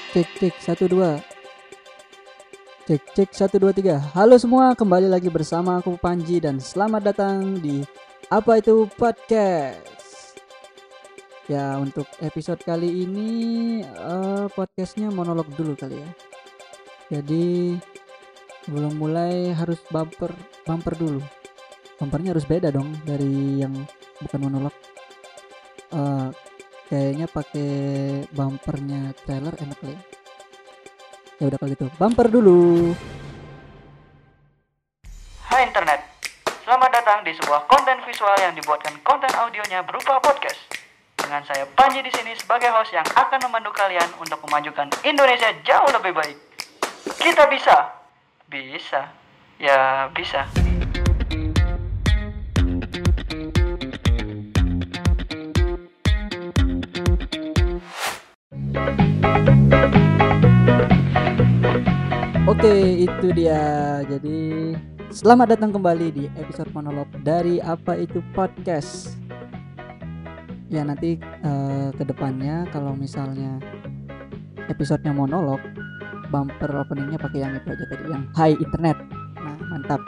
Cek cek 1 2. Cek cek 1 2 3. Halo semua, kembali lagi bersama aku Panji dan selamat datang di Apa Itu Podcast. Ya, untuk episode kali ini podcastnya monolog dulu kali ya. Jadi sebelum mulai harus bumper dulu. Bumpernya harus beda dong dari yang bukan monolog. Eh, Kayaknya pakai bumpernya trailer enak lah ya. Ya udah kalau gitu, bumper dulu. Hai internet, selamat datang di sebuah konten visual yang dibuatkan konten audionya berupa podcast. Dengan saya Panji di sini sebagai host yang akan memandu kalian untuk memajukan Indonesia jauh lebih baik. Kita bisa, ya bisa. Oke, itu dia. Jadi, selamat datang kembali di episode monolog dari Apa Itu Podcast. Ya, nanti ke depannya kalau misalnya episodenya monolog, bumper openingnya pakai yang itu aja tadi, yang Hai Internet. Nah, mantap.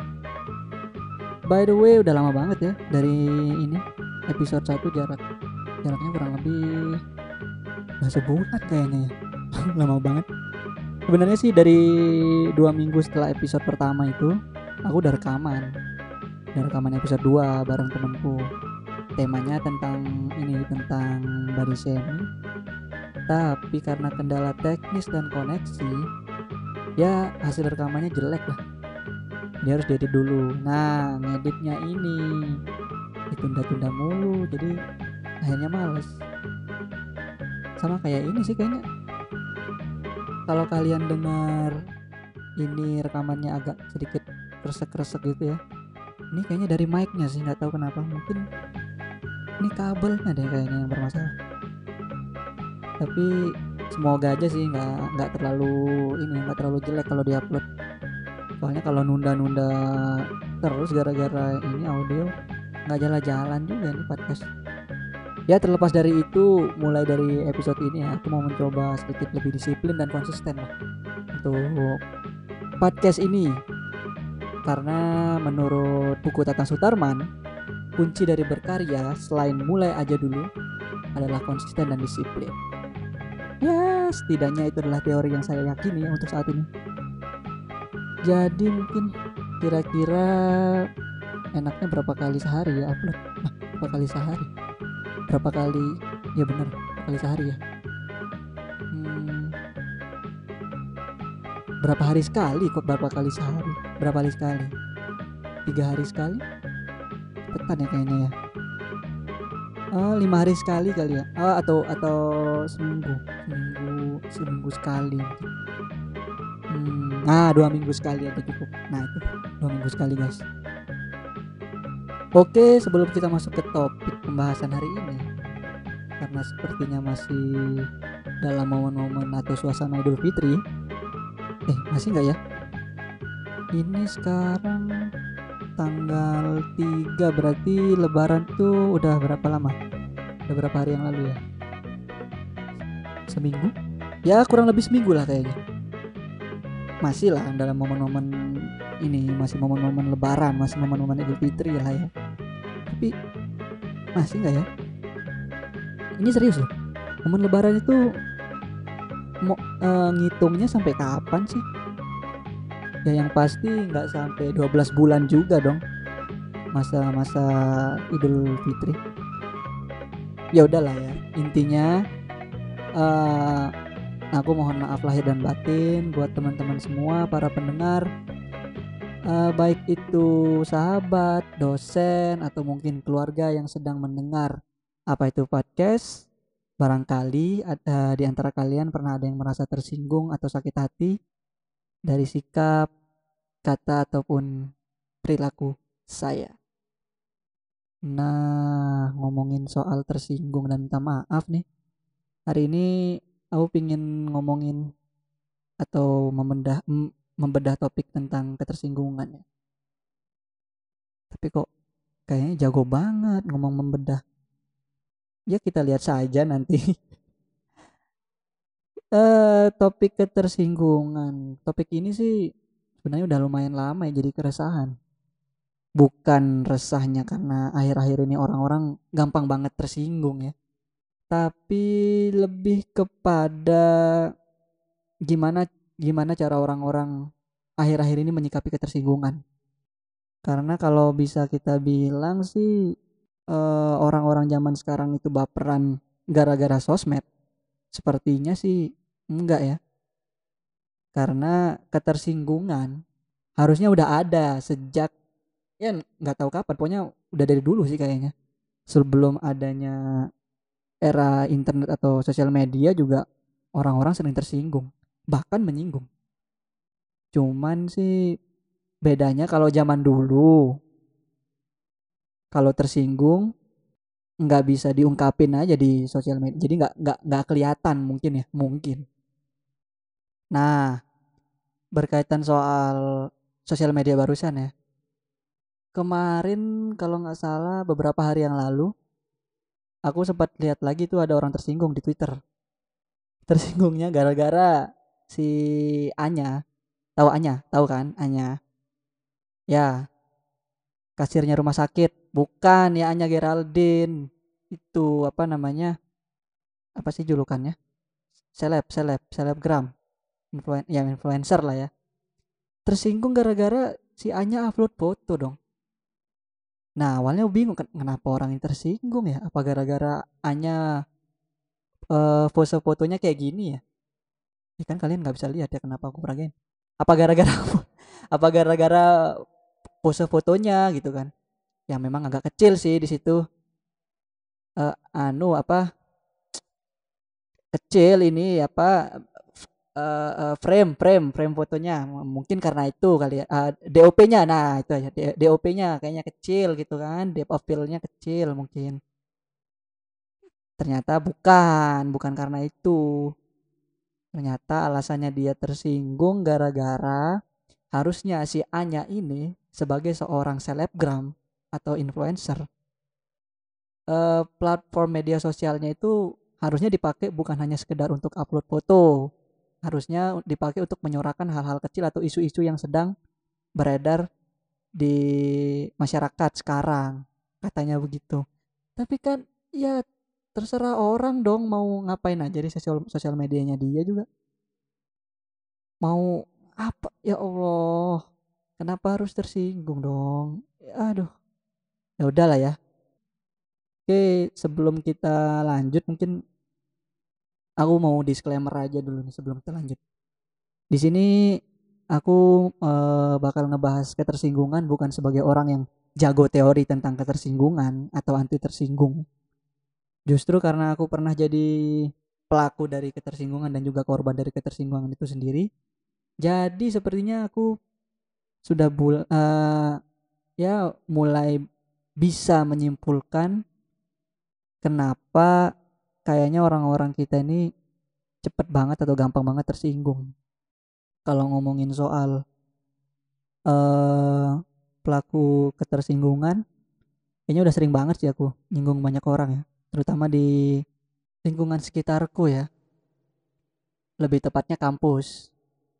By the way, udah lama banget ya dari ini episode 1 jaraknya kurang lebih udah sebulan kayaknya ya. Lama banget. Sebenarnya sih dari 2 minggu setelah episode pertama itu aku udah rekaman episode 2 bareng temanku. Temanya tentang body shaming, tapi karena kendala teknis dan koneksi, ya hasil rekamannya jelek lah. Dia harus diedit dulu. Nah, ngeditnya ini ditunda-tunda mulu, jadi akhirnya males. Sama kayak ini sih kayaknya. Kalau kalian dengar ini rekamannya agak sedikit kresek-kresek gitu ya, ini kayaknya dari mic-nya sih, nggak tahu kenapa. Mungkin ini kabelnya deh kayaknya yang bermasalah. Tapi semoga aja sih nggak terlalu jelek kalau diupload. Soalnya kalau nunda-nunda terus gara-gara ini audio, nggak jalan-jalan juga nih podcast. Ya, terlepas dari itu, mulai dari episode ini ya, aku mau mencoba sedikit lebih disiplin dan konsisten lah untuk podcast ini. Karena menurut buku Tatang Sutarman, kunci dari berkarya selain mulai aja dulu adalah konsisten dan disiplin. Ya, setidaknya itu adalah teori yang saya yakini ya untuk saat ini. Jadi mungkin kira-kira enaknya berapa kali sehari ya upload? Berapa kali sehari? Berapa kali? Ya benar, berapa kali sehari ya? Hmm, berapa hari sekali kok berapa kali sehari? Berapa hari sekali? 3 hari sekali? Tepat ya kayaknya ya. 5 hari sekali kali ya. Atau seminggu sekali. Nah, 2 minggu sekali aja cukup. Nah, itu 2 minggu sekali guys. Oke, sebelum kita masuk ke topik pembahasan hari ini, karena sepertinya masih dalam momen-momen atau suasana Idul Fitri. Masih nggak ya? Ini sekarang tanggal 3, berarti Lebaran tuh udah berapa lama? Udah berapa hari yang lalu ya? Seminggu? Ya kurang lebih seminggu lah kayaknya. Masih lah dalam momen-momen ini, masih momen-momen Lebaran, masih momen-momen Idul Fitri lah ya. Tapi masih nggak ya? Ini serius loh. Momen Lebaran itu ngitungnya sampai kapan sih? Ya yang pasti nggak sampai 12 bulan juga dong masa-masa Idul Fitri. Ya udahlah ya, intinya aku mohon maaf lahir dan batin buat teman-teman semua para pendengar, baik itu sahabat, dosen, atau mungkin keluarga yang sedang mendengar Apa Itu Podcast. Barangkali ada di antara kalian pernah ada yang merasa tersinggung atau sakit hati dari sikap, kata, ataupun perilaku saya. Nah, ngomongin soal tersinggung dan minta maaf nih. Hari ini aku pingin ngomongin atau membedah topik tentang ketersinggungan ya. Tapi kok kayaknya jago banget ngomong membedah. Ya kita lihat saja nanti. Topik ketersinggungan. Topik ini sih sebenarnya udah lumayan lama ya jadi keresahan. Bukan resahnya karena akhir-akhir ini orang-orang gampang banget tersinggung ya. Tapi lebih kepada gimana gimana cara orang-orang akhir-akhir ini menyikapi ketersinggungan. Karena kalau bisa kita bilang sih orang-orang zaman sekarang itu baperan gara-gara sosmed. Sepertinya sih enggak ya. Karena ketersinggungan harusnya udah ada sejak ya nggak tahu kapan, pokoknya udah dari dulu sih kayaknya. Sebelum adanya era internet atau sosial media juga orang-orang sering tersinggung, bahkan menyinggung. Cuman sih bedanya kalau zaman dulu, kalau tersinggung nggak bisa diungkapin aja di sosial media, jadi nggak kelihatan mungkin ya, mungkin. Nah, berkaitan soal sosial media barusan ya, kemarin kalau nggak salah beberapa hari yang lalu aku sempat lihat lagi tuh ada orang tersinggung di Twitter. Tersinggungnya gara-gara si Anya, tahu Anya, tahu kan Anya? Ya, kasirnya rumah sakit. Bukan ya Anya Geraldine. Itu apa namanya? Apa sih julukannya? Selebgram. Influencer lah ya. Tersinggung gara-gara si Anya upload foto dong. Nah, awalnya bingung kenapa orang ini tersinggung ya? Apa gara-gara Anya pose fotonya kayak gini ya? Ya kan kalian nggak bisa lihat ya kenapa aku peragain. Apa gara-gara apa gara-gara pose fotonya gitu kan? Yang memang agak kecil sih di situ. Apa kecil ini apa frame fotonya mungkin karena itu kali ya. DOP-nya nah itu aja DOP-nya kayaknya kecil gitu kan, depth of field-nya kecil mungkin. Ternyata bukan karena itu. Ternyata alasannya dia tersinggung gara-gara harusnya si Anya ini sebagai seorang selebgram atau influencer, platform media sosialnya itu harusnya dipakai bukan hanya sekedar untuk upload foto, harusnya dipakai untuk menyuarakan hal-hal kecil atau isu-isu yang sedang beredar di masyarakat sekarang, katanya begitu. Tapi kan ya terserah orang dong mau ngapain aja di sosial sosial medianya dia juga. Mau apa ya Allah? Kenapa harus tersinggung dong? Aduh, ya udahlah ya. Oke, sebelum kita lanjut mungkin aku mau disclaimer aja dulu nih sebelum kita lanjut. Di sini aku bakal ngebahas ketersinggungan bukan sebagai orang yang jago teori tentang ketersinggungan atau anti tersinggung. Justru karena aku pernah jadi pelaku dari ketersinggungan dan juga korban dari ketersinggungan itu sendiri. Jadi sepertinya aku sudah ya mulai bisa menyimpulkan kenapa kayaknya orang-orang kita ini cepet banget atau gampang banget tersinggung. Kalau ngomongin soal eh pelaku ketersinggungan, kayaknya udah sering banget sih aku nyinggung banyak orang ya, terutama di lingkungan sekitarku ya, lebih tepatnya kampus.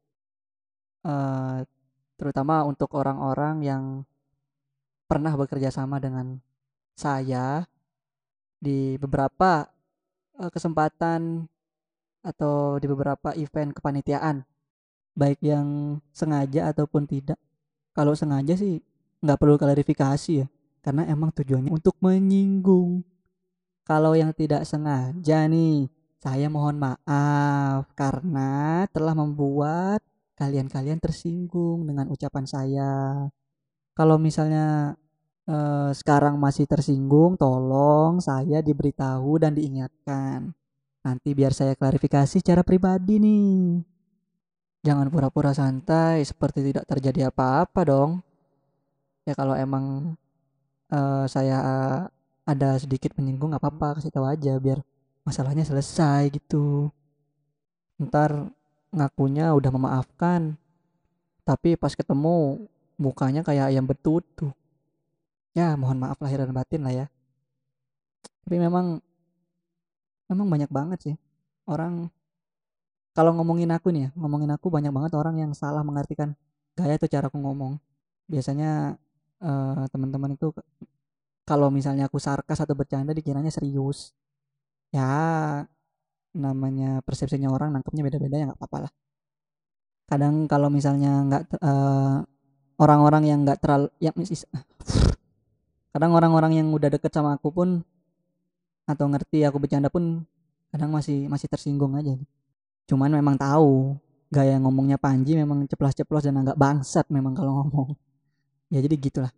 eh Terutama untuk orang-orang yang pernah bekerja sama dengan saya di beberapa kesempatan atau di beberapa event kepanitiaan, baik yang sengaja ataupun tidak. Kalau sengaja sih nggak perlu klarifikasi ya, karena emang tujuannya untuk menyinggung. Kalau yang tidak sengaja nih, saya mohon maaf karena telah membuat kalian-kalian tersinggung dengan ucapan saya. Kalau misalnya sekarang masih tersinggung, tolong saya diberitahu dan diingatkan. Nanti biar saya klarifikasi secara pribadi nih. Jangan pura-pura santai seperti tidak terjadi apa-apa dong. Ya kalau emang saya ada sedikit menyinggung nggak apa-apa, kasih tahu aja biar masalahnya selesai gitu. Ntar ngakunya udah memaafkan, tapi pas ketemu mukanya kayak ayam betutu. Ya mohon maaf lahir dan batin lah ya. Tapi memang memang banyak banget sih orang Kalau ngomongin aku nih ya, ngomongin aku banyak banget orang yang salah mengartikan gaya atau cara aku ngomong. Biasanya teman-teman itu kalau misalnya aku sarkas atau bercanda dikiranya serius. Ya namanya persepsinya orang nangkepnya beda-beda ya nggak apa-apa lah. Kadang kalau misalnya nggak orang-orang yang nggak terlalu yang kadang orang-orang yang udah deket sama aku pun atau ngerti aku bercanda pun kadang masih masih tersinggung aja. Cuman memang tahu gaya ngomongnya Panji memang ceplos-ceplos dan agak bangsat memang kalau ngomong. Ya jadi gitulah.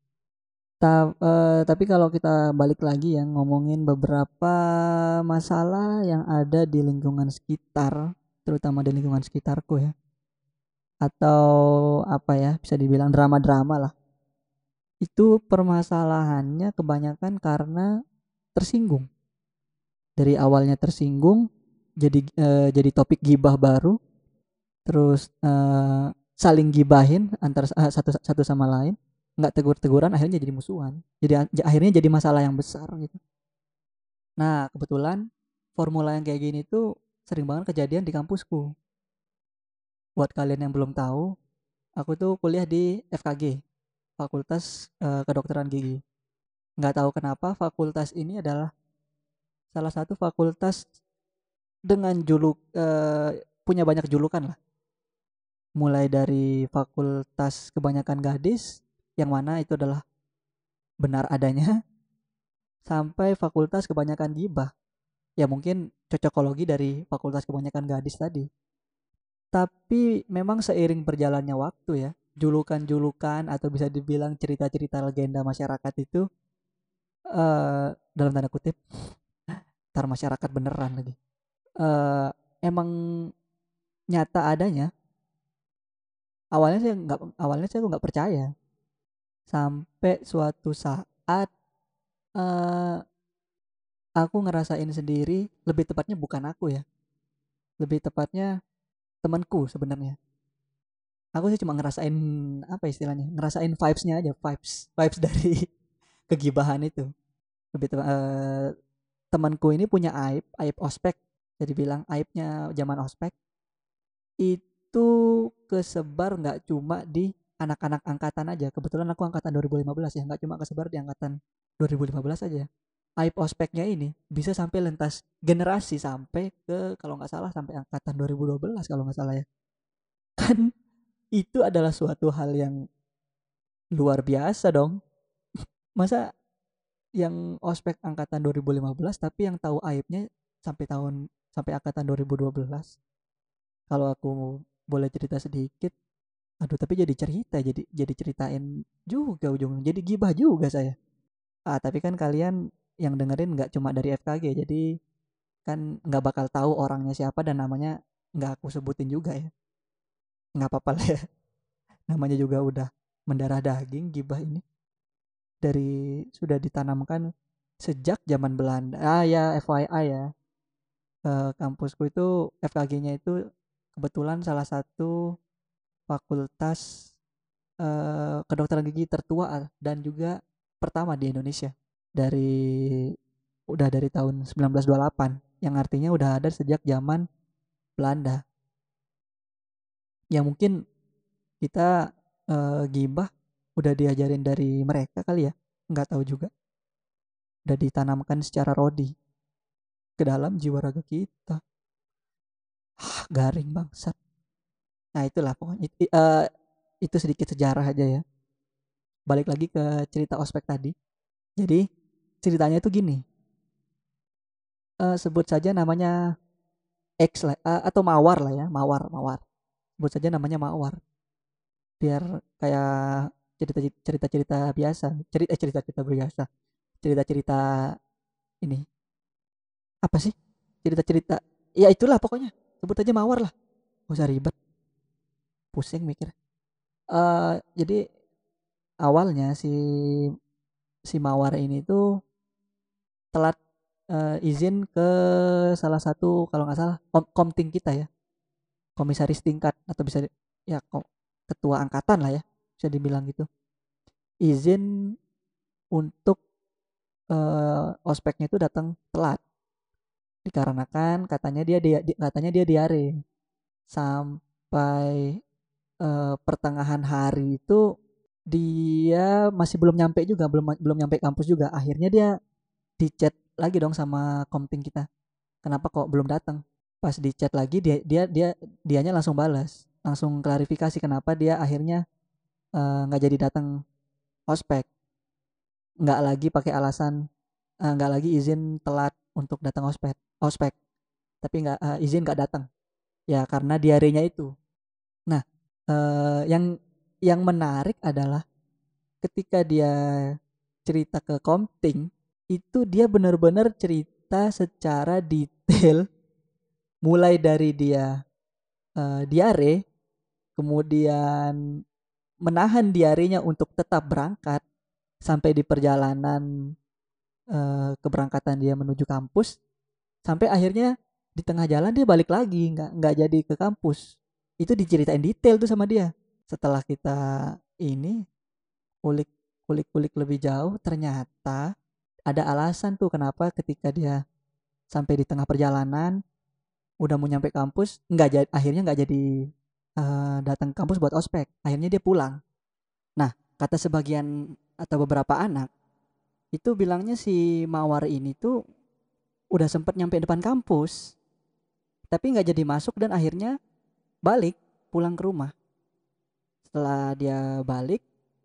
Tapi kalau kita balik lagi ya ngomongin beberapa masalah yang ada di lingkungan sekitar, terutama di lingkungan sekitarku ya. Atau apa ya, bisa dibilang drama-drama lah. Itu permasalahannya kebanyakan karena tersinggung. Dari awalnya tersinggung jadi topik gibah baru, terus saling gibahin antara satu satu sama lain, nggak tegur-teguran akhirnya jadi musuhan. Jadi akhirnya jadi masalah yang besar gitu. Nah, kebetulan formula yang kayak gini tuh sering banget kejadian di kampusku. Buat kalian yang belum tahu, aku tuh kuliah di FKG, Fakultas Kedokteran Gigi. Nggak tahu kenapa fakultas ini adalah salah satu fakultas dengan punya banyak julukan lah. Mulai dari fakultas kebanyakan gadis, yang mana itu adalah benar adanya, sampai fakultas kebanyakan gibah. Ya mungkin cocokologi dari fakultas kebanyakan gadis tadi. Tapi memang seiring berjalannya waktu ya, julukan-julukan atau bisa dibilang cerita-cerita legenda masyarakat itu dalam tanda kutip, tar masyarakat beneran lagi. eh Emang nyata adanya. Awalnya saya nggak percaya sampai suatu saat eh aku ngerasain sendiri, lebih tepatnya bukan aku ya, lebih tepatnya temanku sebenarnya. Aku sih cuma ngerasain apa istilahnya, ngerasain vibes-nya aja, vibes vibes dari kegibahan itu. Temanku ini punya aib ospek, jadi bilang aibnya zaman ospek itu kesebar nggak cuma di anak-anak angkatan aja. Kebetulan aku angkatan 2015 ya, nggak cuma kesebar di angkatan 2015 aja. Aib ospeknya ini bisa sampai lintas generasi sampai ke kalau nggak salah sampai angkatan 2012 kalau nggak salah ya. Kan itu adalah suatu hal yang luar biasa dong. Masa yang ospek angkatan 2015 tapi yang tahu aibnya sampai angkatan 2012. Kalau aku boleh cerita sedikit, aduh tapi jadi ceritain juga ujungnya. Jadi gibah juga saya. Tapi kan kalian yang dengerin nggak cuma dari FKG, jadi kan nggak bakal tahu orangnya siapa dan namanya nggak aku sebutin juga ya. Nggak apa-apa lah ya. Namanya juga udah mendarah daging gibah ini. Sudah ditanamkan sejak zaman Belanda. Ya FYI ya. Kampusku itu FKG-nya itu kebetulan salah satu fakultas kedokteran gigi tertua dan juga pertama di Indonesia. Udah dari tahun 1928, yang artinya udah ada sejak zaman Belanda. Ya mungkin kita gibah udah diajarin dari mereka kali ya, nggak tahu juga. Udah ditanamkan secara rodi ke dalam jiwa raga kita. Garing bangsat. Nah itulah pokoknya itu sedikit sejarah aja ya. Balik lagi ke cerita ospek tadi. Jadi ceritanya itu gini. Sebut saja namanya X lah, atau Mawar lah ya, Mawar. Sebut saja namanya Mawar. Biar kayak cerita-cerita biasa, cerita-cerita biasa. Cerita-cerita ini. Apa sih? Cerita-cerita. Ya itulah pokoknya. Sebut aja Mawar lah. Gak usah ribet, pusing mikir. Jadi awalnya si Mawar ini tuh telat izin ke salah satu kalau nggak salah komting kita ya, komisaris tingkat atau bisa ya ketua angkatan lah ya, bisa dibilang gitu, izin untuk ospeknya itu datang telat dikarenakan katanya dia diare sampai pertengahan hari itu dia masih belum nyampe juga, belum belum nyampe kampus juga. Akhirnya dia di-chat lagi dong sama komting kita. Kenapa kok belum datang? Pas di-chat lagi dianya langsung balas, langsung klarifikasi kenapa dia akhirnya nggak jadi datang ospek. Nggak lagi pakai alasan nggak lagi izin telat untuk datang ospek, tapi izin nggak datang. Ya karena diarenya itu. Nah, yang menarik adalah ketika dia cerita ke komting itu dia benar-benar cerita secara detail mulai dari dia diare, kemudian menahan diarenya untuk tetap berangkat sampai di perjalanan keberangkatan dia menuju kampus, sampai akhirnya di tengah jalan dia balik lagi nggak jadi ke kampus. Itu diceritain detail tuh sama dia. Setelah kita ini kulik lebih jauh, ternyata ada alasan tuh kenapa ketika dia sampai di tengah perjalanan udah mau nyampe kampus akhirnya nggak jadi datang ke kampus buat ospek. Akhirnya dia pulang. Nah, kata sebagian atau beberapa anak itu bilangnya si Mawar ini tuh udah sempet nyampe depan kampus tapi nggak jadi masuk dan akhirnya balik pulang ke rumah. Setelah dia balik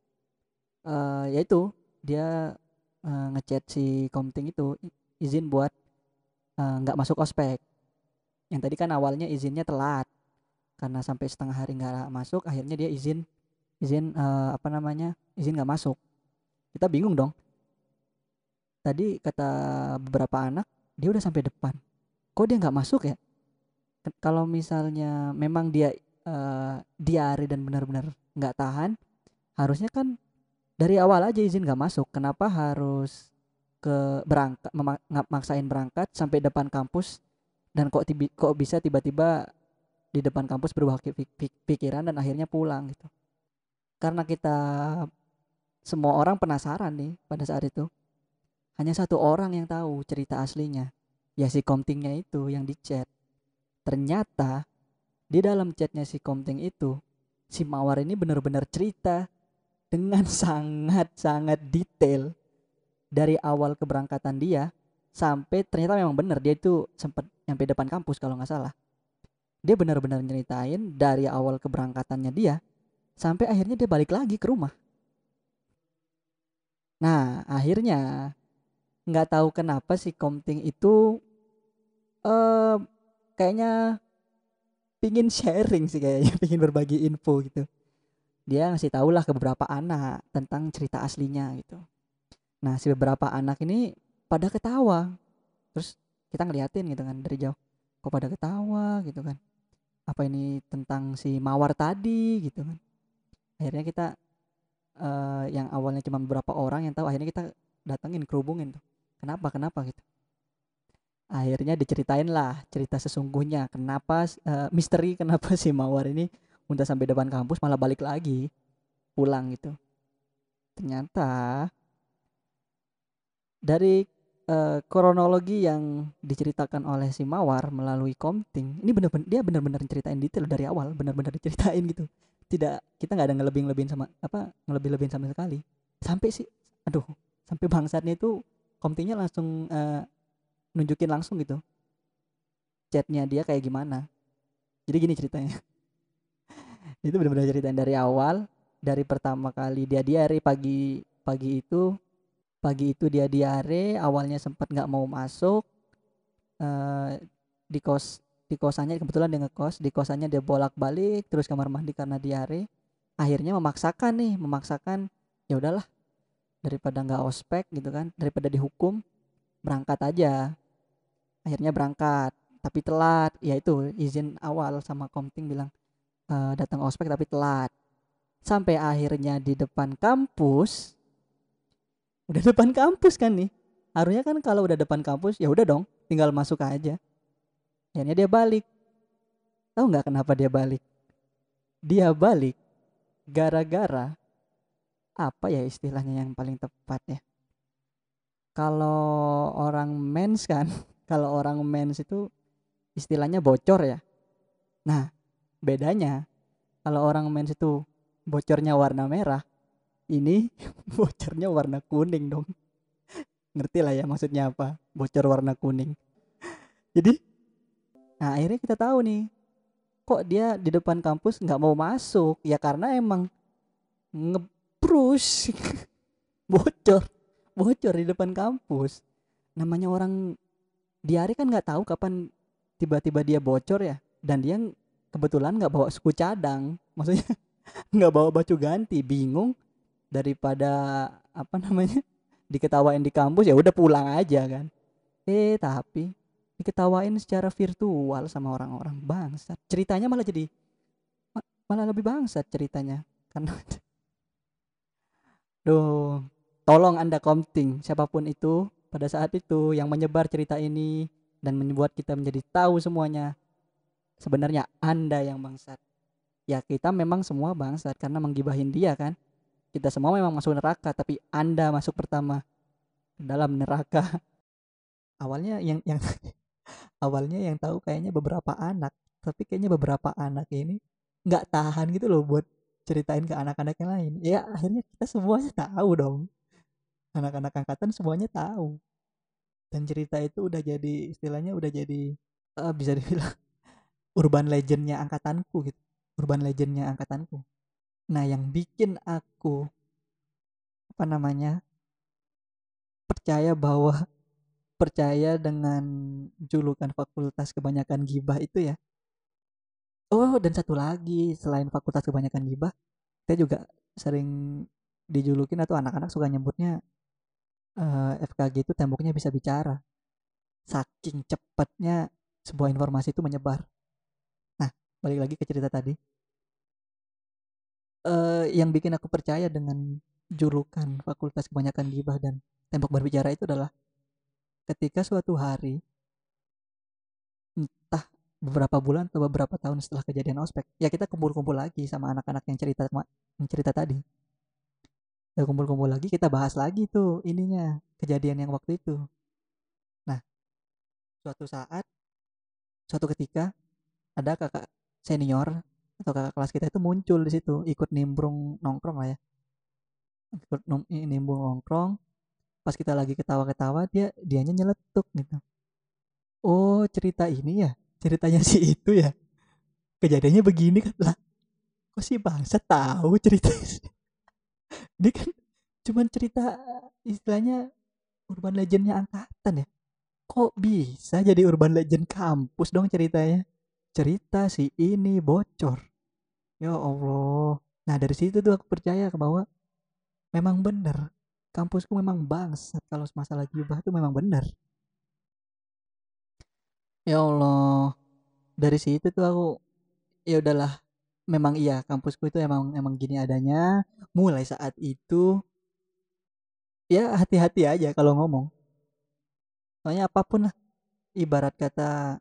yaitu dia ngechat si komting itu izin buat nggak masuk ospek. Yang tadi kan awalnya izinnya telat karena sampai setengah hari nggak masuk, akhirnya dia izin izin izin nggak masuk. Kita bingung dong. Tadi kata beberapa anak dia udah sampai depan, kok dia nggak masuk ya? Kalau misalnya memang dia diare dan benar-benar nggak tahan, harusnya kan dari awal aja izin nggak masuk. Kenapa harus maksain berangkat sampai depan kampus dan kok bisa tiba-tiba di depan kampus berubah pikiran dan akhirnya pulang gitu. Karena kita semua orang penasaran nih pada saat itu. Hanya satu orang yang tahu cerita aslinya, ya si komtingnya itu yang di chat. Ternyata di dalam chatnya si komting itu, si Mawar ini benar-benar cerita dengan sangat-sangat detail dari awal keberangkatan dia sampai ternyata memang benar dia itu sempat nyampe depan kampus kalau nggak salah. Dia benar-benar nyeritain dari awal keberangkatannya dia sampai akhirnya dia balik lagi ke rumah. Nah, akhirnya nggak tahu kenapa si komting itu eh kayaknya pingin sharing sih kayaknya, pingin berbagi info gitu. Dia ngasih tahu lah ke beberapa anak tentang cerita aslinya gitu. Nah, si beberapa anak ini pada ketawa. Terus kita ngeliatin gitu kan dari jauh. Kok pada ketawa gitu kan. Apa ini tentang si Mawar tadi gitu kan. Akhirnya kita yang awalnya cuma beberapa orang yang tahu, akhirnya kita datengin, kerubungin tuh. Kenapa gitu. Akhirnya diceritain lah cerita sesungguhnya. Kenapa misteri kenapa si Mawar ini udah sampai depan kampus malah balik lagi pulang gitu. Ternyata dari kronologi yang diceritakan oleh si Mawar melalui komting ini dia benar-benar ceritain detail dari awal, benar-benar diceritain gitu. Kita nggak ada ngelebih-lebihin sama sekali. Sampai bangsatnya itu komtingnya langsung nunjukin langsung gitu chatnya dia kayak gimana. Jadi gini ceritanya. Itu benar-benar ceritain dari awal, dari pertama kali dia diare pagi itu dia diare, awalnya sempat nggak mau masuk di kosannya, kebetulan dia ngekos di kosannya, dia bolak-balik terus kamar mandi karena diare. Akhirnya memaksakan ya udahlah, daripada nggak ospek gitu kan, daripada dihukum, berangkat aja. Akhirnya berangkat tapi telat, ya itu izin awal sama komting bilang datang ospek tapi telat. Sampai akhirnya di depan kampus, udah depan kampus kan nih, harusnya kan kalau udah depan kampus ya udah dong tinggal masuk aja. Akhirnya dia balik. Tahu nggak kenapa dia balik? Dia balik gara-gara apa ya istilahnya yang paling tepat ya, kalau orang mens kan Kalau orang mens itu istilahnya bocor ya. Nah, bedanya kalau orang mens itu bocornya warna merah, ini bocornya warna kuning dong. Ngerti lah ya maksudnya apa? Bocor warna kuning. Jadi, nah akhirnya kita tahu nih, kok dia di depan kampus nggak mau masuk? Ya karena emang ngebrus bocor, bocor di depan kampus. Namanya orang diare kan nggak tahu kapan tiba-tiba dia bocor ya. Dan dia kebetulan nggak bawa suku cadang, maksudnya nggak bawa baju ganti, bingung daripada apa namanya diketawain di kampus ya udah pulang aja kan. Tapi diketawain secara virtual sama orang-orang, bangsat. Ceritanya malah jadi malah lebih bangsat ceritanya. Karena duh, tolong Anda counting siapapun itu pada saat itu yang menyebar cerita ini dan membuat kita menjadi tahu semuanya. Sebenarnya Anda yang bangsat. Ya kita memang semua bangsat karena menggibahin dia kan. Kita semua memang masuk neraka, tapi Anda masuk pertama ke dalam neraka. Awalnya yang awalnya yang tahu kayaknya beberapa anak, tapi kayaknya beberapa anak ini nggak tahan gitu loh buat ceritain ke anak-anak yang lain. Ya akhirnya kita semuanya tahu dong. Anak-anak angkatan semuanya tahu. Dan cerita itu udah jadi istilahnya udah jadi bisa dibilang urban legendnya angkatanku gitu. Urban legendnya angkatanku. Nah yang bikin aku apa namanya percaya bahwa percaya dengan julukan fakultas kebanyakan gibah itu ya. Oh, dan satu lagi selain fakultas kebanyakan gibah, kita juga sering dijulukin atau anak-anak suka nyebutnya FKG itu temboknya bisa bicara. Saking cepatnya sebuah informasi itu menyebar. Nah, balik lagi ke cerita tadi. Yang bikin aku percaya dengan julukan fakultas kebanyakan gibah dan tembok berbicara itu adalah ketika suatu hari entah beberapa bulan atau beberapa tahun setelah kejadian ospek ya kita kumpul-kumpul lagi sama anak-anak yang cerita tadi. Kita kumpul-kumpul lagi, kita bahas lagi tuh ininya kejadian yang waktu itu. Nah, suatu saat suatu ketika ada kakak senior atau kakak kelas kita itu muncul di situ ikut nimbrung nongkrong lah ya, ikut nimbrung nongkrong. Pas kita lagi ketawa-ketawa dianya nyeletuk gitu. Oh cerita ini ya, ceritanya si itu ya, kejadiannya begini kan lah. Kok sih bangsa tahu cerita ini kan cuman cerita istilahnya urban legendnya angkatan ya. Kok bisa jadi urban legend kampus dong ceritanya? Cerita si ini bocor. Ya Allah. Nah dari situ tuh aku percaya bahwa memang benar. Kampusku memang bangsat kalau masalah gibah itu memang benar. Ya Allah. Dari situ tuh aku ya udahlah. Memang iya kampusku itu emang emang gini adanya. Mulai saat itu ya hati-hati aja kalau ngomong. Soalnya apapun lah. Ibarat kata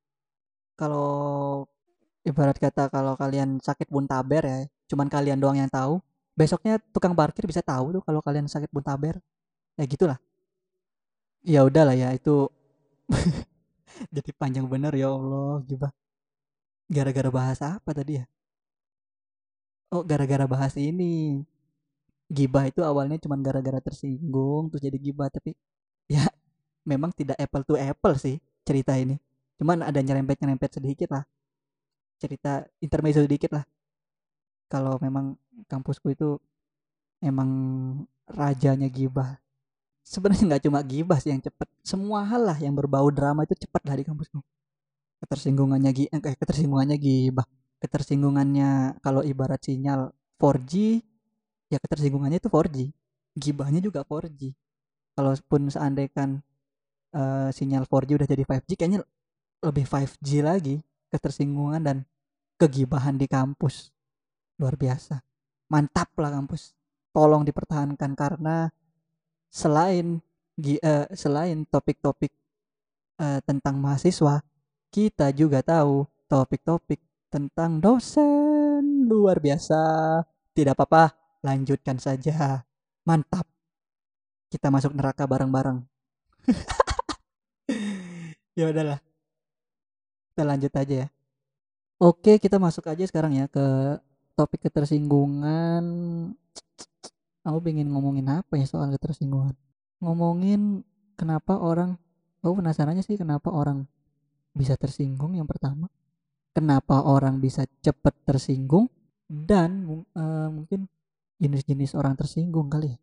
kalau kalau kalian sakit buntaber ya, cuman kalian doang yang tahu. Besoknya tukang parkir bisa tahu tuh kalau kalian sakit buntaber. Ya gitulah. Ya udahlah ya itu jadi panjang bener ya Allah, gibah. Gara-gara bahas apa tadi ya? Oh, gara-gara bahas ini. Gibah itu awalnya cuman gara-gara tersinggung terus jadi gibah, tapi ya memang tidak apple to apple sih cerita ini. Cuman ada nyerempet-nyerempet sedikit lah. Cerita intermezzo sedikit lah. Kalau memang kampusku itu emang rajanya gibah. Sebenarnya nggak cuma gibah sih yang cepet, semua hal lah yang berbau drama itu cepet lah di kampusku. Ketersinggungannya gibah, ketersinggungannya kalau ibarat sinyal 4G ya ketersinggungannya itu 4G, gibahnya juga 4G. Kalaupun seandainya sinyal 4G udah jadi 5G, kayaknya lebih 5G lagi ketersinggungan dan kegibahan di kampus. Luar biasa, mantap lah kampus, tolong dipertahankan karena selain selain topik-topik tentang mahasiswa, kita juga tahu topik-topik tentang dosen. Luar biasa. Tidak apa-apa, lanjutkan saja. Mantap. Kita masuk neraka bareng-bareng. Ya udahlah, kita lanjut aja ya. Oke, kita masuk aja sekarang ya ke topik ketersinggungan. Aku pengen ngomongin apa ya soal ketersinggungan? Ngomongin kenapa orang, aku penasarannya sih kenapa orang bisa tersinggung yang pertama. Kenapa orang bisa cepet tersinggung dan mungkin jenis-jenis orang tersinggung kali ya.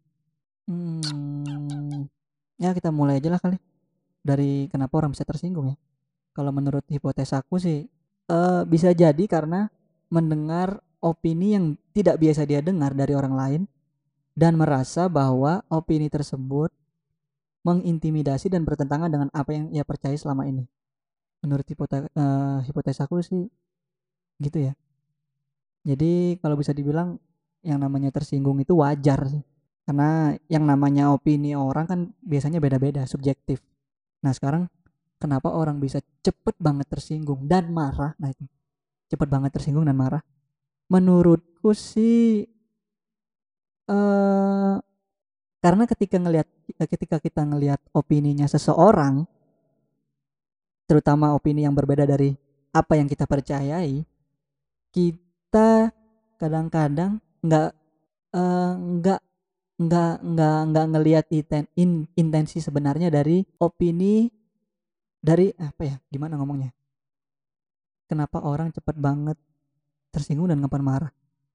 Hmm, ya kita mulai aja lah kali dari kenapa orang bisa tersinggung ya. Kalau menurut hipotesa aku sih bisa jadi karena mendengar opini yang tidak biasa dia dengar dari orang lain dan merasa bahwa opini tersebut mengintimidasi dan bertentangan dengan apa yang ia percaya selama ini. Menurut hipotesa aku sih gitu ya. Jadi kalau bisa dibilang yang namanya tersinggung itu wajar sih. Karena yang namanya opini orang kan biasanya beda-beda, subjektif. Nah sekarang kenapa orang bisa cepet banget tersinggung dan marah? Nah itu cepet banget tersinggung dan marah. Menurutku sih eh karena ketika kita ngelihat opininya seseorang, terutama opini yang berbeda dari apa yang kita percayai, kita kadang-kadang nggak nggak ngelihat intensi sebenarnya dari opini dari apa ya, gimana ngomongnya, kenapa orang cepet banget tersinggung dan gampang marah.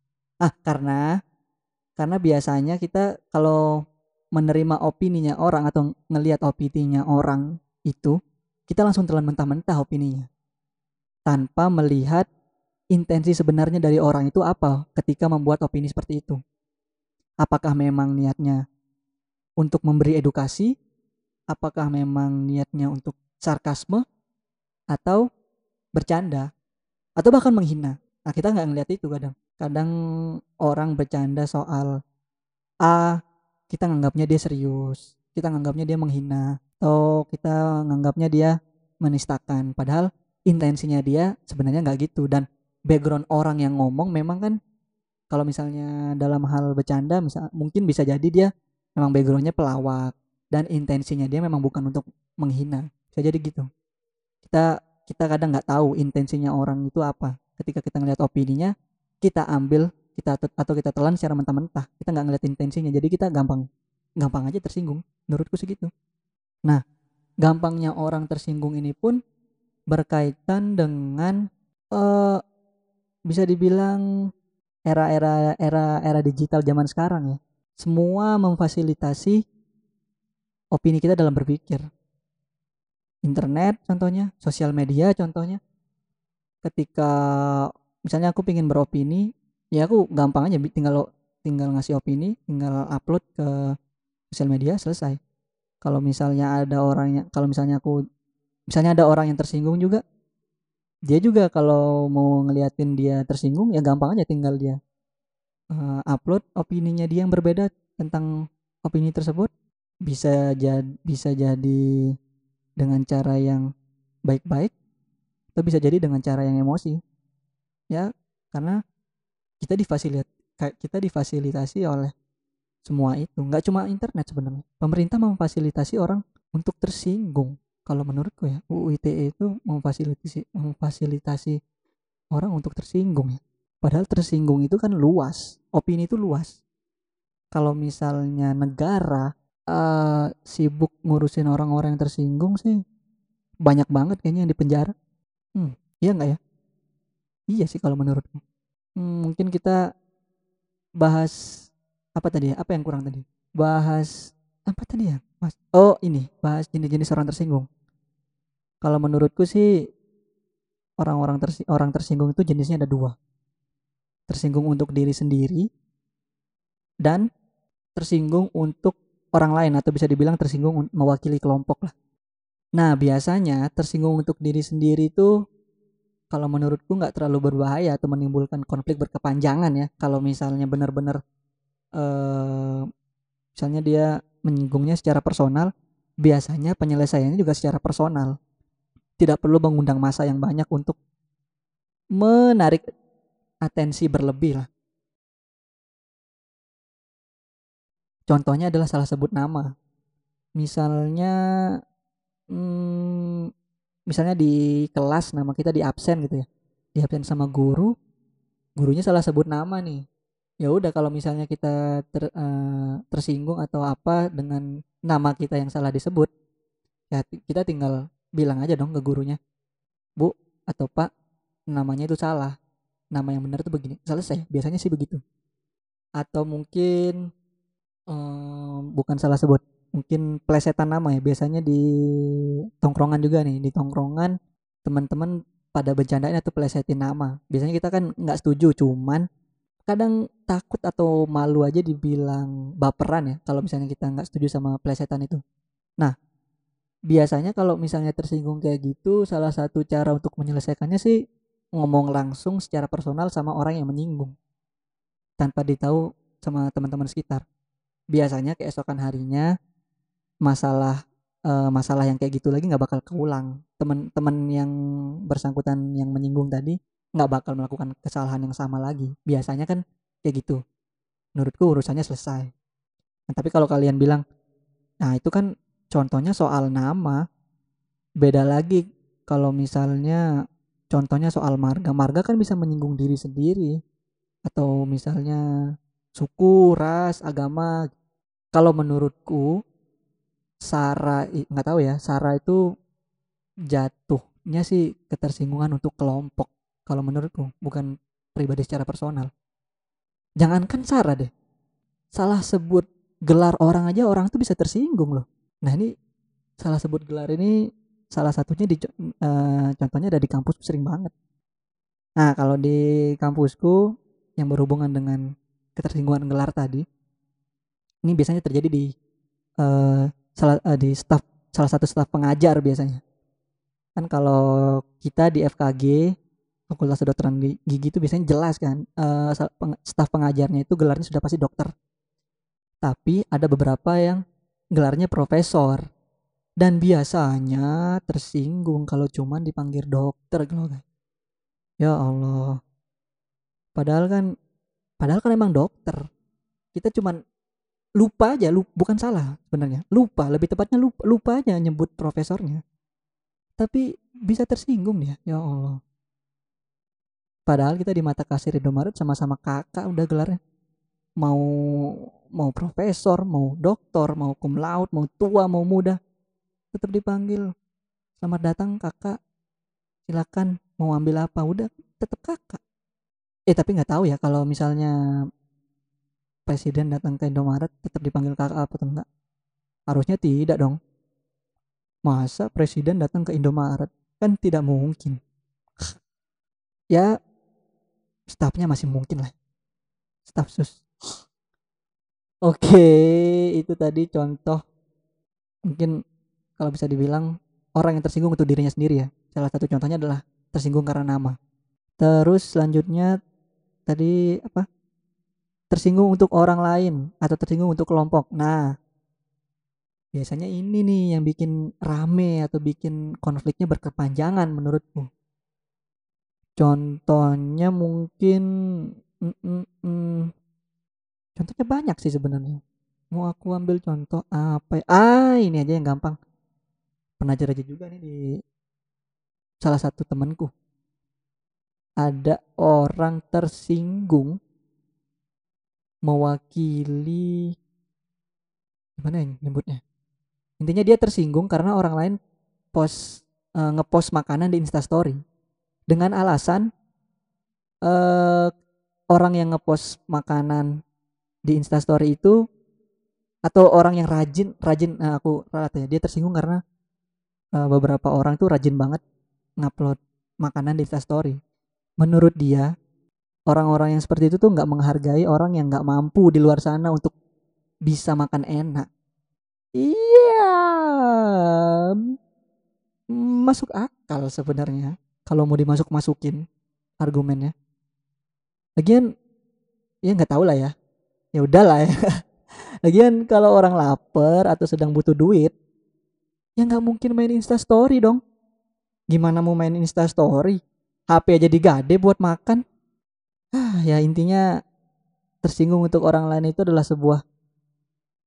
Karena biasanya kita kalau menerima opininya orang atau ngelihat opininya orang itu, kita langsung telan mentah-mentah opininya tanpa melihat intensi sebenarnya dari orang itu apa ketika membuat opini seperti itu. Apakah memang niatnya untuk memberi edukasi, apakah memang niatnya untuk sarkasme atau bercanda atau bahkan menghina. Nah, kita nggak ngeliat itu kadang. Kadang orang bercanda soal A, kita nganggapnya dia serius, kita nganggapnya dia menghina, atau kita nganggapnya dia menistakan. Padahal intensinya dia sebenarnya nggak gitu. Dan background orang yang ngomong memang kan kalau misalnya dalam hal bercanda, mungkin bisa jadi dia memang backgroundnya pelawak dan intensinya dia memang bukan untuk menghina. Bisa jadi gitu. Kita kita kadang nggak tahu intensinya orang itu apa. Ketika kita ngeliat opininya, kita ambil atau kita telan secara mentah-mentah. Kita nggak ngeliat intensinya, jadi kita gampang gampang aja tersinggung. Menurutku segitu. Nah, gampangnya orang tersinggung ini pun berkaitan dengan eh bisa dibilang era digital zaman sekarang ya. Semua memfasilitasi opini kita dalam berpikir. Internet contohnya, sosial media contohnya. Ketika misalnya aku pengen beropini, ya aku gampang aja tinggal tinggal ngasih opini, tinggal upload ke sosial media, selesai. Kalau misalnya ada orang yang tersinggung juga, dia juga kalau mau ngeliatin dia tersinggung ya gampang aja tinggal dia upload opininya dia yang berbeda tentang opini tersebut. Bisa jadi dengan cara yang baik-baik atau bisa jadi dengan cara yang emosi ya, karena kita difasilitasi oleh semua itu. Nggak cuma internet sebenarnya, pemerintah memfasilitasi orang untuk tersinggung. Kalau menurutku ya UU ITE itu memfasilitasi orang untuk tersinggung ya, padahal tersinggung itu kan luas, opini itu luas. Kalau misalnya negara sibuk ngurusin orang-orang yang tersinggung sih banyak banget kayaknya yang dipenjara. Iya nggak ya? Iya sih kalau menurutku. Mungkin kita bahas apa tadi ya? Apa yang kurang tadi? Bahas apa tadi ya, Mas? Oh, ini bahas jenis-jenis orang tersinggung. Kalau menurutku sih orang tersinggung itu jenisnya ada dua. Tersinggung untuk diri sendiri dan tersinggung untuk orang lain atau bisa dibilang tersinggung mewakili kelompok lah. Nah, biasanya tersinggung untuk diri sendiri itu kalau menurutku nggak terlalu berbahaya atau menimbulkan konflik berkepanjangan ya. Kalau misalnya benar-benar eh, misalnya dia menyinggungnya secara personal, biasanya penyelesaiannya juga secara personal. Tidak perlu mengundang massa yang banyak untuk menarik atensi berlebih lah. Contohnya adalah salah sebut nama. Misalnya hmm, misalnya di kelas nama kita di absen gitu ya, di absen sama gurunya salah sebut nama nih. Ya udah kalau misalnya kita tersinggung atau apa dengan nama kita yang salah disebut, ya kita tinggal bilang aja dong ke gurunya, Bu atau Pak, namanya itu salah, nama yang benar itu begini, selesai, biasanya sih begitu. Atau mungkin bukan salah sebut, mungkin plesetan nama ya, biasanya di tongkrongan juga nih, di tongkrongan teman-teman pada bercandain atau plesetin nama, biasanya kita kan nggak setuju, cuman kadang takut atau malu aja dibilang baperan ya kalau misalnya kita nggak setuju sama plesetan itu. Nah, biasanya kalau misalnya tersinggung kayak gitu, salah satu cara untuk menyelesaikannya sih ngomong langsung secara personal sama orang yang menyinggung tanpa ditahu sama teman-teman sekitar. Biasanya keesokan harinya masalah yang kayak gitu lagi nggak bakal keulang. Teman-teman yang bersangkutan yang menyinggung tadi nggak bakal melakukan kesalahan yang sama lagi. Biasanya kan kayak gitu. Menurutku urusannya selesai. Nah, tapi kalau kalian bilang, nah itu kan contohnya soal nama, beda lagi kalau misalnya contohnya soal marga. Marga kan bisa menyinggung diri sendiri atau misalnya suku, ras, agama. Kalau menurutku nggak tahu ya, Sara itu jatuhnya sih ketersinggungan untuk kelompok. Kalau menurutku bukan pribadi secara personal. Jangankan Sara deh, salah sebut gelar orang aja orang tuh bisa tersinggung loh. Nah ini salah sebut gelar ini salah satunya contohnya ada di kampus sering banget. Nah kalau di kampusku yang berhubungan dengan ketersinggungan gelar tadi, ini biasanya terjadi di eh, di salah satu staf pengajar biasanya. Kan kalau kita di FKG Fakultas Kedokteran Gigi itu biasanya jelas kan, staf pengajarnya itu gelarnya sudah pasti dokter. Tapi ada beberapa yang gelarnya profesor dan biasanya tersinggung kalau cuman dipanggil dokter gitu loh, guys. Ya Allah. Padahal kan padahal kan emang dokter. Kita cuman lupa aja, bukan salah sebenarnya. Lupa, lebih tepatnya lupa aja nyebut profesornya. Tapi bisa tersinggung dia. Ya Allah. Padahal kita di mata kasir Indomaret sama-sama kakak udah gelarnya. Mau mau profesor, mau doktor, mau cum laude, mau tua, mau muda, tetap dipanggil. Selamat datang kakak. Silakan mau ambil apa, udah tetap kakak. Tapi nggak tahu ya kalau misalnya presiden datang ke Indomaret tetap dipanggil kakak apa atau enggak. Harusnya tidak dong. Masa presiden datang ke Indomaret? Kan tidak mungkin. Ya stafnya masih mungkin lah. Staf sus. Oke, itu tadi contoh mungkin kalau bisa dibilang orang yang tersinggung untuk dirinya sendiri ya. Salah satu contohnya adalah tersinggung karena nama. Terus selanjutnya tadi apa? Tersinggung untuk orang lain atau tersinggung untuk kelompok. Nah, biasanya ini nih yang bikin rame atau bikin konfliknya berkepanjangan menurutku. Contohnya mungkin mm, mm, mm, contohnya banyak sih sebenarnya. Mau aku ambil contoh apa ya? Ini aja yang gampang. Pernah aja juga nih di salah satu temanku. Ada orang tersinggung mewakili, gimana yang nyebutnya? Intinya dia tersinggung karena orang lain ngepost makanan di Instastory dengan alasan eh, orang yang ngepost makanan di Instastory itu atau orang yang rajin rajin aku rata ya, dia tersinggung karena beberapa orang tuh rajin banget ngupload makanan di Instastory. Menurut dia, orang-orang yang seperti itu tuh nggak menghargai orang yang nggak mampu di luar sana untuk bisa makan enak. Iya, masuk akal sebenarnya kalau mau masukin argumennya. Lagian ya nggak tahu lah ya. Ya udahlah ya. Lagian kalau orang lapar atau sedang butuh duit, ya nggak mungkin main Insta Story dong. Gimana mau main Insta Story? HP aja digade buat makan. Ya intinya tersinggung untuk orang lain itu adalah sebuah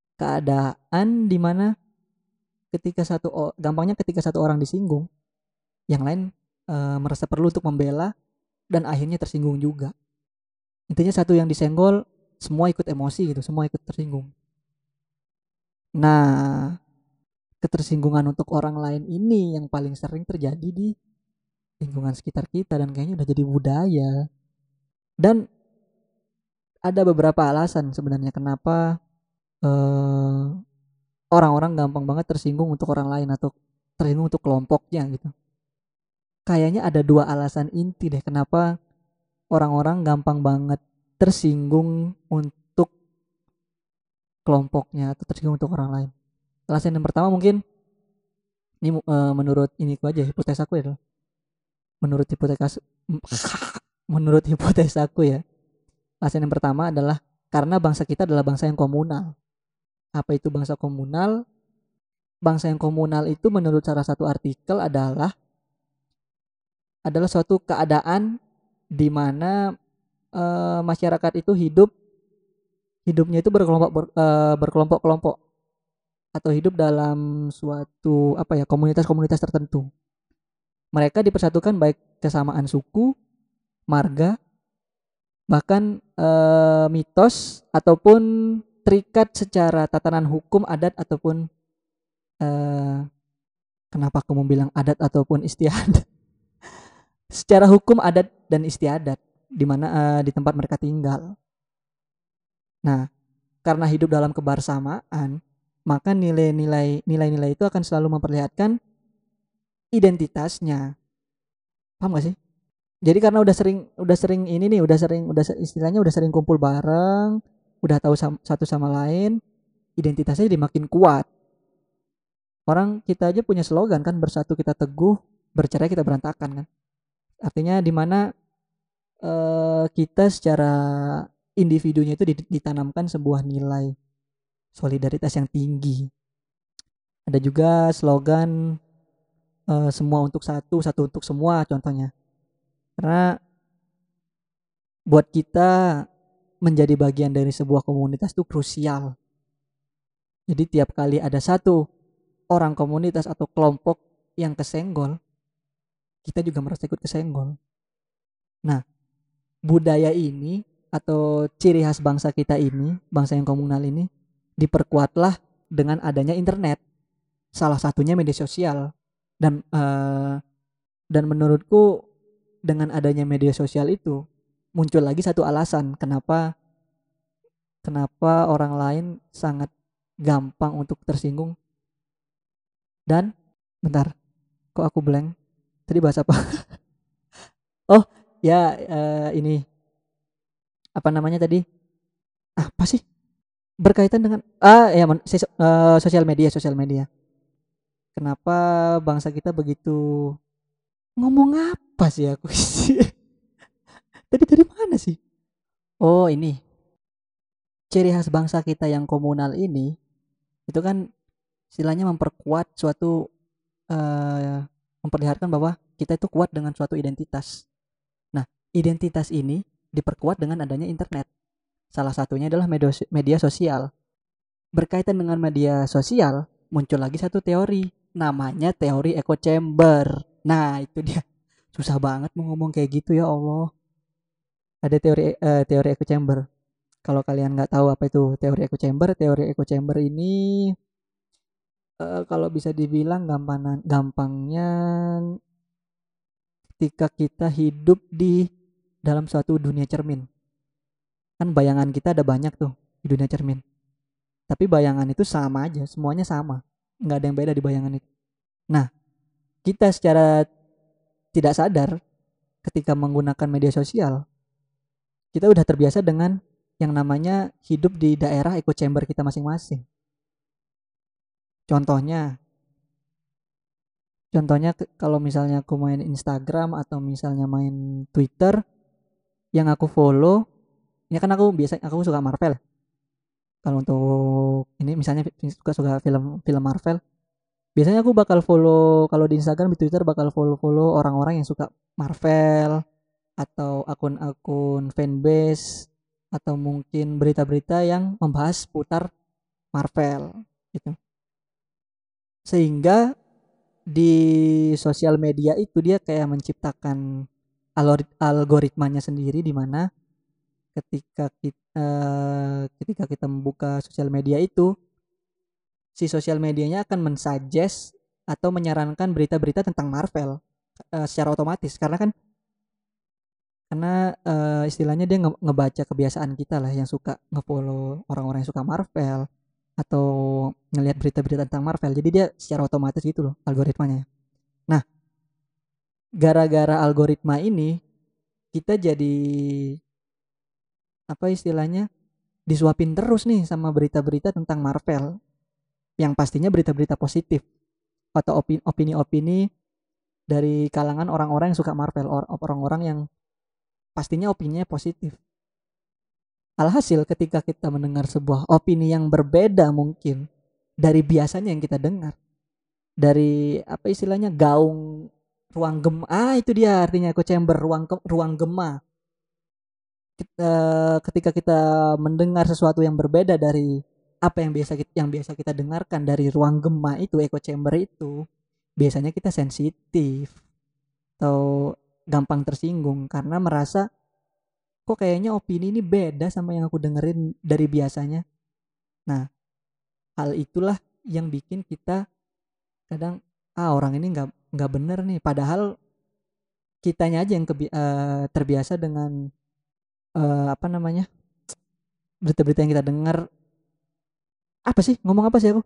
keadaan di mana gampangnya ketika satu orang disinggung, yang lain merasa perlu untuk membela dan akhirnya tersinggung juga. Intinya satu yang disenggol, semua ikut emosi gitu, semua ikut tersinggung. Nah, ketersinggungan untuk orang lain ini yang paling sering terjadi di lingkungan sekitar kita dan kayaknya udah jadi budaya. Dan ada beberapa alasan sebenarnya kenapa eh, orang-orang gampang banget tersinggung untuk orang lain atau tersinggung untuk kelompoknya gitu. Kayaknya ada dua alasan inti deh kenapa orang-orang gampang banget tersinggung untuk kelompoknya atau tersinggung untuk orang lain. Alasan yang pertama mungkin ini menurut iniku aja hipotesaku ya. Menurut hipotesis menurut hipotesaku ya. Alasan yang pertama adalah karena bangsa kita adalah bangsa yang komunal. Apa itu bangsa komunal? Bangsa yang komunal itu menurut salah satu artikel adalah suatu keadaan di mana masyarakat itu hidupnya itu berkelompok-kelompok atau hidup dalam suatu komunitas-komunitas tertentu. Mereka dipersatukan baik kesamaan suku, marga, bahkan mitos ataupun terikat secara tatanan hukum adat ataupun kenapa aku mau bilang adat ataupun istiadat secara hukum adat dan istiadat di mana di tempat mereka tinggal. Nah, karena hidup dalam kebersamaan, maka nilai-nilai itu akan selalu memperlihatkan identitasnya. Paham gak sih? Jadi karena udah sering ini nih, istilahnya udah sering kumpul bareng, udah tahu satu sama lain, identitasnya jadi makin kuat. Orang kita aja punya slogan kan, bersatu kita teguh, bercerai kita berantakan kan. Artinya di mana kita secara individunya itu ditanamkan sebuah nilai solidaritas yang tinggi. Ada juga slogan semua untuk satu, satu untuk semua contohnya. Karena buat kita menjadi bagian dari sebuah komunitas itu krusial. Jadi tiap kali ada satu orang komunitas atau kelompok yang kesenggol, kita juga merasa ikut kesenggol. Nah, budaya ini atau ciri khas bangsa kita ini, bangsa yang komunal ini, diperkuatlah dengan adanya internet. Salah satunya media sosial. Dan menurutku dengan adanya media sosial itu muncul lagi satu alasan kenapa orang lain sangat gampang untuk tersinggung. Dan bentar, kok aku blank? Tadi bahas apa? Oh ya, ini apa namanya tadi? Apa sih? Berkaitan dengan sosial media. Kenapa bangsa kita begitu, ngomong apa sih aku sih? Tadi dari mana sih? Oh ini, ciri khas bangsa kita yang komunal ini itu kan istilahnya memperkuat suatu memperlihatkan bahwa kita itu kuat dengan suatu identitas. Nah, identitas ini diperkuat dengan adanya internet. Salah satunya adalah media sosial. Berkaitan dengan media sosial, muncul lagi satu teori, namanya teori echo chamber. Nah, itu dia. Susah banget mau ngomong kayak gitu ya Allah. Ada teori echo chamber. Kalau kalian nggak tahu apa itu teori echo chamber ini kalau bisa dibilang gampangnya ketika kita hidup di dalam suatu dunia cermin. Kan bayangan kita ada banyak tuh di dunia cermin. Tapi bayangan itu sama aja, semuanya sama. Nggak ada yang beda di bayangan itu. Nah, kita secara tidak sadar ketika menggunakan media sosial, kita udah terbiasa dengan yang namanya hidup di daerah echo chamber kita masing-masing. Contohnya kalau misalnya aku main Instagram atau misalnya main Twitter, yang aku follow, ya kan aku suka Marvel. Kalau untuk ini misalnya suka film Marvel, biasanya aku bakal follow, kalau di Instagram, di Twitter bakal follow orang-orang yang suka Marvel atau akun-akun fanbase atau mungkin berita-berita yang membahas putar Marvel gitu. Sehingga di sosial media itu dia kayak menciptakan algoritmanya sendiri, di mana ketika kita membuka sosial media itu, si sosial medianya akan mensuggest atau menyarankan berita-berita tentang Marvel secara otomatis, karena istilahnya dia ngebaca kebiasaan kita lah yang suka ngefollow orang-orang yang suka Marvel atau ngelihat berita-berita tentang Marvel. Jadi dia secara otomatis gitu loh algoritmanya. Nah, gara-gara algoritma ini kita jadi apa istilahnya disuapin terus nih sama berita-berita tentang Marvel, yang pastinya berita-berita positif atau opini-opini dari kalangan orang-orang yang suka Marvel, orang-orang yang pastinya opininya positif. Alhasil ketika kita mendengar sebuah opini yang berbeda mungkin dari biasanya yang kita dengar, dari apa istilahnya gaung ruang gema, itu dia artinya echo chamber, ruang gema. Ketika kita mendengar sesuatu yang berbeda dari apa yang biasa kita dengarkan dari ruang gema itu, echo chamber itu, biasanya kita sensitif atau gampang tersinggung karena merasa kok kayaknya opini ini beda sama yang aku dengerin dari biasanya. Nah, hal itulah yang bikin kita kadang orang ini nggak bener nih, padahal kitanya aja yang terbiasa dengan apa namanya, berita-berita yang kita dengar. Apa sih, ngomong apa sih aku,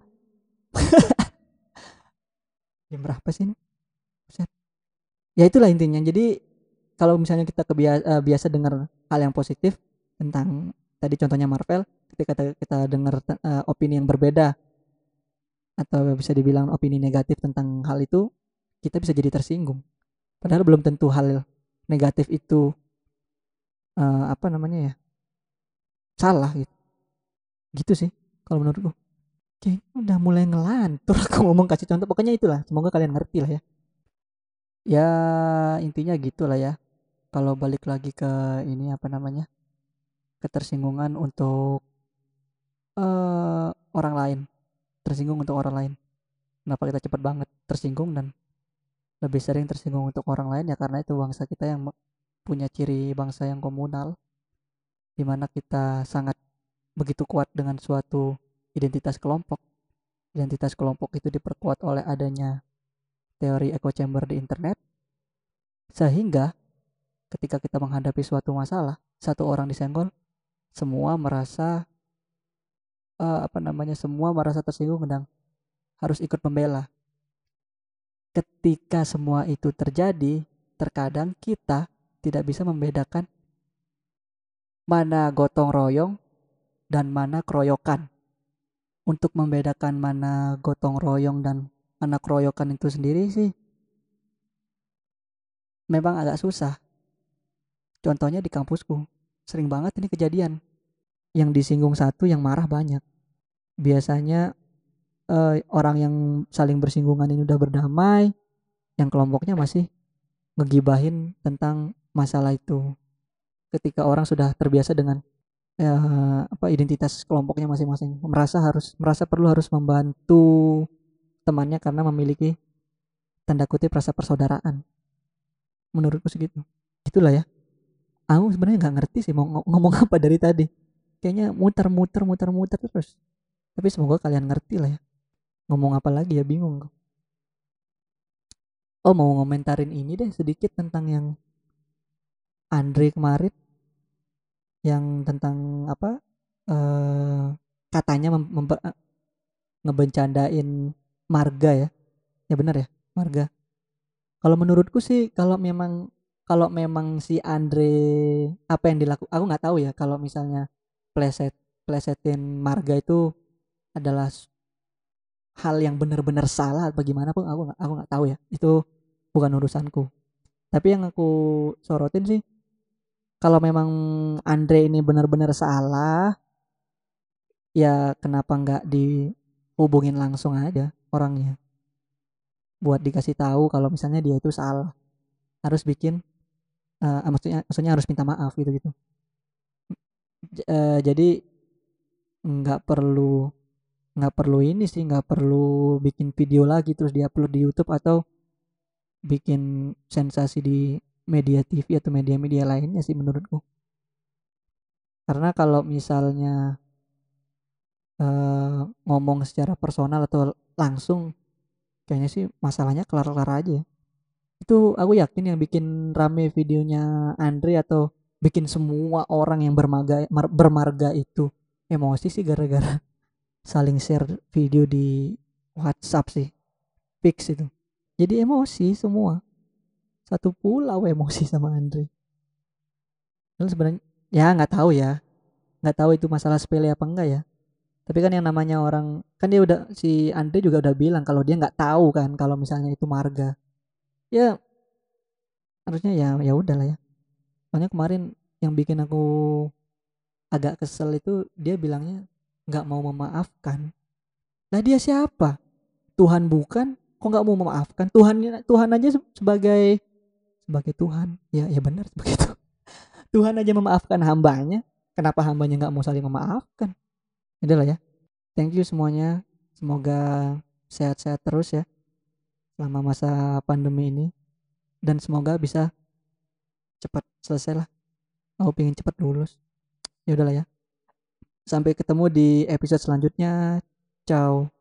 jam berapa sih ini? Buset. Ya itulah intinya. Jadi kalau misalnya kita biasa dengar hal yang positif tentang tadi contohnya Marvel, ketika kita dengar opini yang berbeda atau bisa dibilang opini negatif tentang hal itu, kita bisa jadi tersinggung. Padahal belum tentu hal negatif itu apa namanya ya, salah gitu. Gitu sih kalau menurutku. Oke, udah mulai ngelantur aku ngomong kasih contoh. Pokoknya itulah. Semoga kalian ngerti lah ya. Ya intinya gitulah ya. Kalau balik lagi ke ini apa namanya, ketersinggungan untuk orang lain, tersinggung untuk orang lain. Kenapa kita cepat banget tersinggung dan lebih sering tersinggung untuk orang lain? Ya karena itu bangsa kita yang punya ciri bangsa yang komunal, di mana kita sangat begitu kuat dengan suatu identitas kelompok. Identitas kelompok itu diperkuat oleh adanya teori echo chamber di internet, sehingga ketika kita menghadapi suatu masalah, satu orang disenggol, semua merasa apa namanya, semua merasa tersinggung dan harus ikut membela. Ketika semua itu terjadi, terkadang kita tidak bisa membedakan mana gotong royong dan mana keroyokan. Untuk membedakan mana gotong royong dan mana keroyokan itu sendiri sih memang agak susah. Contohnya di kampusku, sering banget ini kejadian. Yang disinggung satu, yang marah banyak. Biasanya orang yang saling bersinggungan ini udah berdamai, yang kelompoknya masih ngegibahin tentang masalah itu. Ketika orang sudah terbiasa dengan apa identitas kelompoknya masing-masing, merasa perlu harus membantu temannya karena memiliki tanda kutip rasa persaudaraan. Menurutku segitu. Itulah ya. Aku sebenarnya nggak ngerti sih mau ngomong apa dari tadi. Kayaknya muter-muter terus. Tapi semoga kalian ngerti lah ya. Ngomong apa lagi ya, bingung. Oh, mau ngomentarin ini deh sedikit tentang yang Andre kemarin, yang tentang apa, eh katanya ngebencandain marga ya. Ya benar ya, marga. Kalau menurutku sih, kalau memang si Andre, apa yang dilakukan, aku nggak tahu ya. Kalau misalnya plesetin marga itu adalah hal yang benar-benar salah bagaimana pun, aku nggak tahu ya. Itu bukan urusanku. Tapi yang aku sorotin sih, kalau memang Andre ini benar-benar salah, ya kenapa nggak dihubungin langsung aja orangnya buat dikasih tahu kalau misalnya dia itu salah. Harus bikin maksudnya harus minta maaf gitu gitu. Jadi nggak perlu nggak perlu ini sih, nggak perlu bikin video lagi terus diupload di YouTube atau bikin sensasi di media TV atau media-media lainnya sih menurutku. Karena kalau misalnya ngomong secara personal atau langsung, kayaknya sih masalahnya kelar-kelar aja. Itu aku yakin yang bikin rame videonya Andre atau bikin semua orang yang bermarga itu emosi sih gara-gara saling share video di WhatsApp sih, fix itu. Jadi emosi semua, satu pulau emosi sama Andre. Lalu sebenarnya ya nggak tahu itu masalah sepele apa enggak ya. Tapi kan yang namanya orang, kan dia udah, si Andre juga udah bilang kalau dia nggak tahu kan kalau misalnya itu marga. Ya harusnya ya udahlah ya. Soalnya kemarin yang bikin aku agak kesel itu dia bilangnya nggak mau memaafkan. Lah dia siapa? Tuhan bukan? Kok nggak mau memaafkan? Tuhan aja sebagai Tuhan. Ya benar begitu. Tuhan aja memaafkan hambanya. Kenapa hambanya nggak mau saling memaafkan? Itulah ya. Thank you semuanya. Semoga sehat-sehat terus ya selama masa pandemi ini, dan semoga bisa cepat selesai lah. Aku pengen cepat lulus. Ya udahlah ya. Sampai ketemu di episode selanjutnya. Ciao.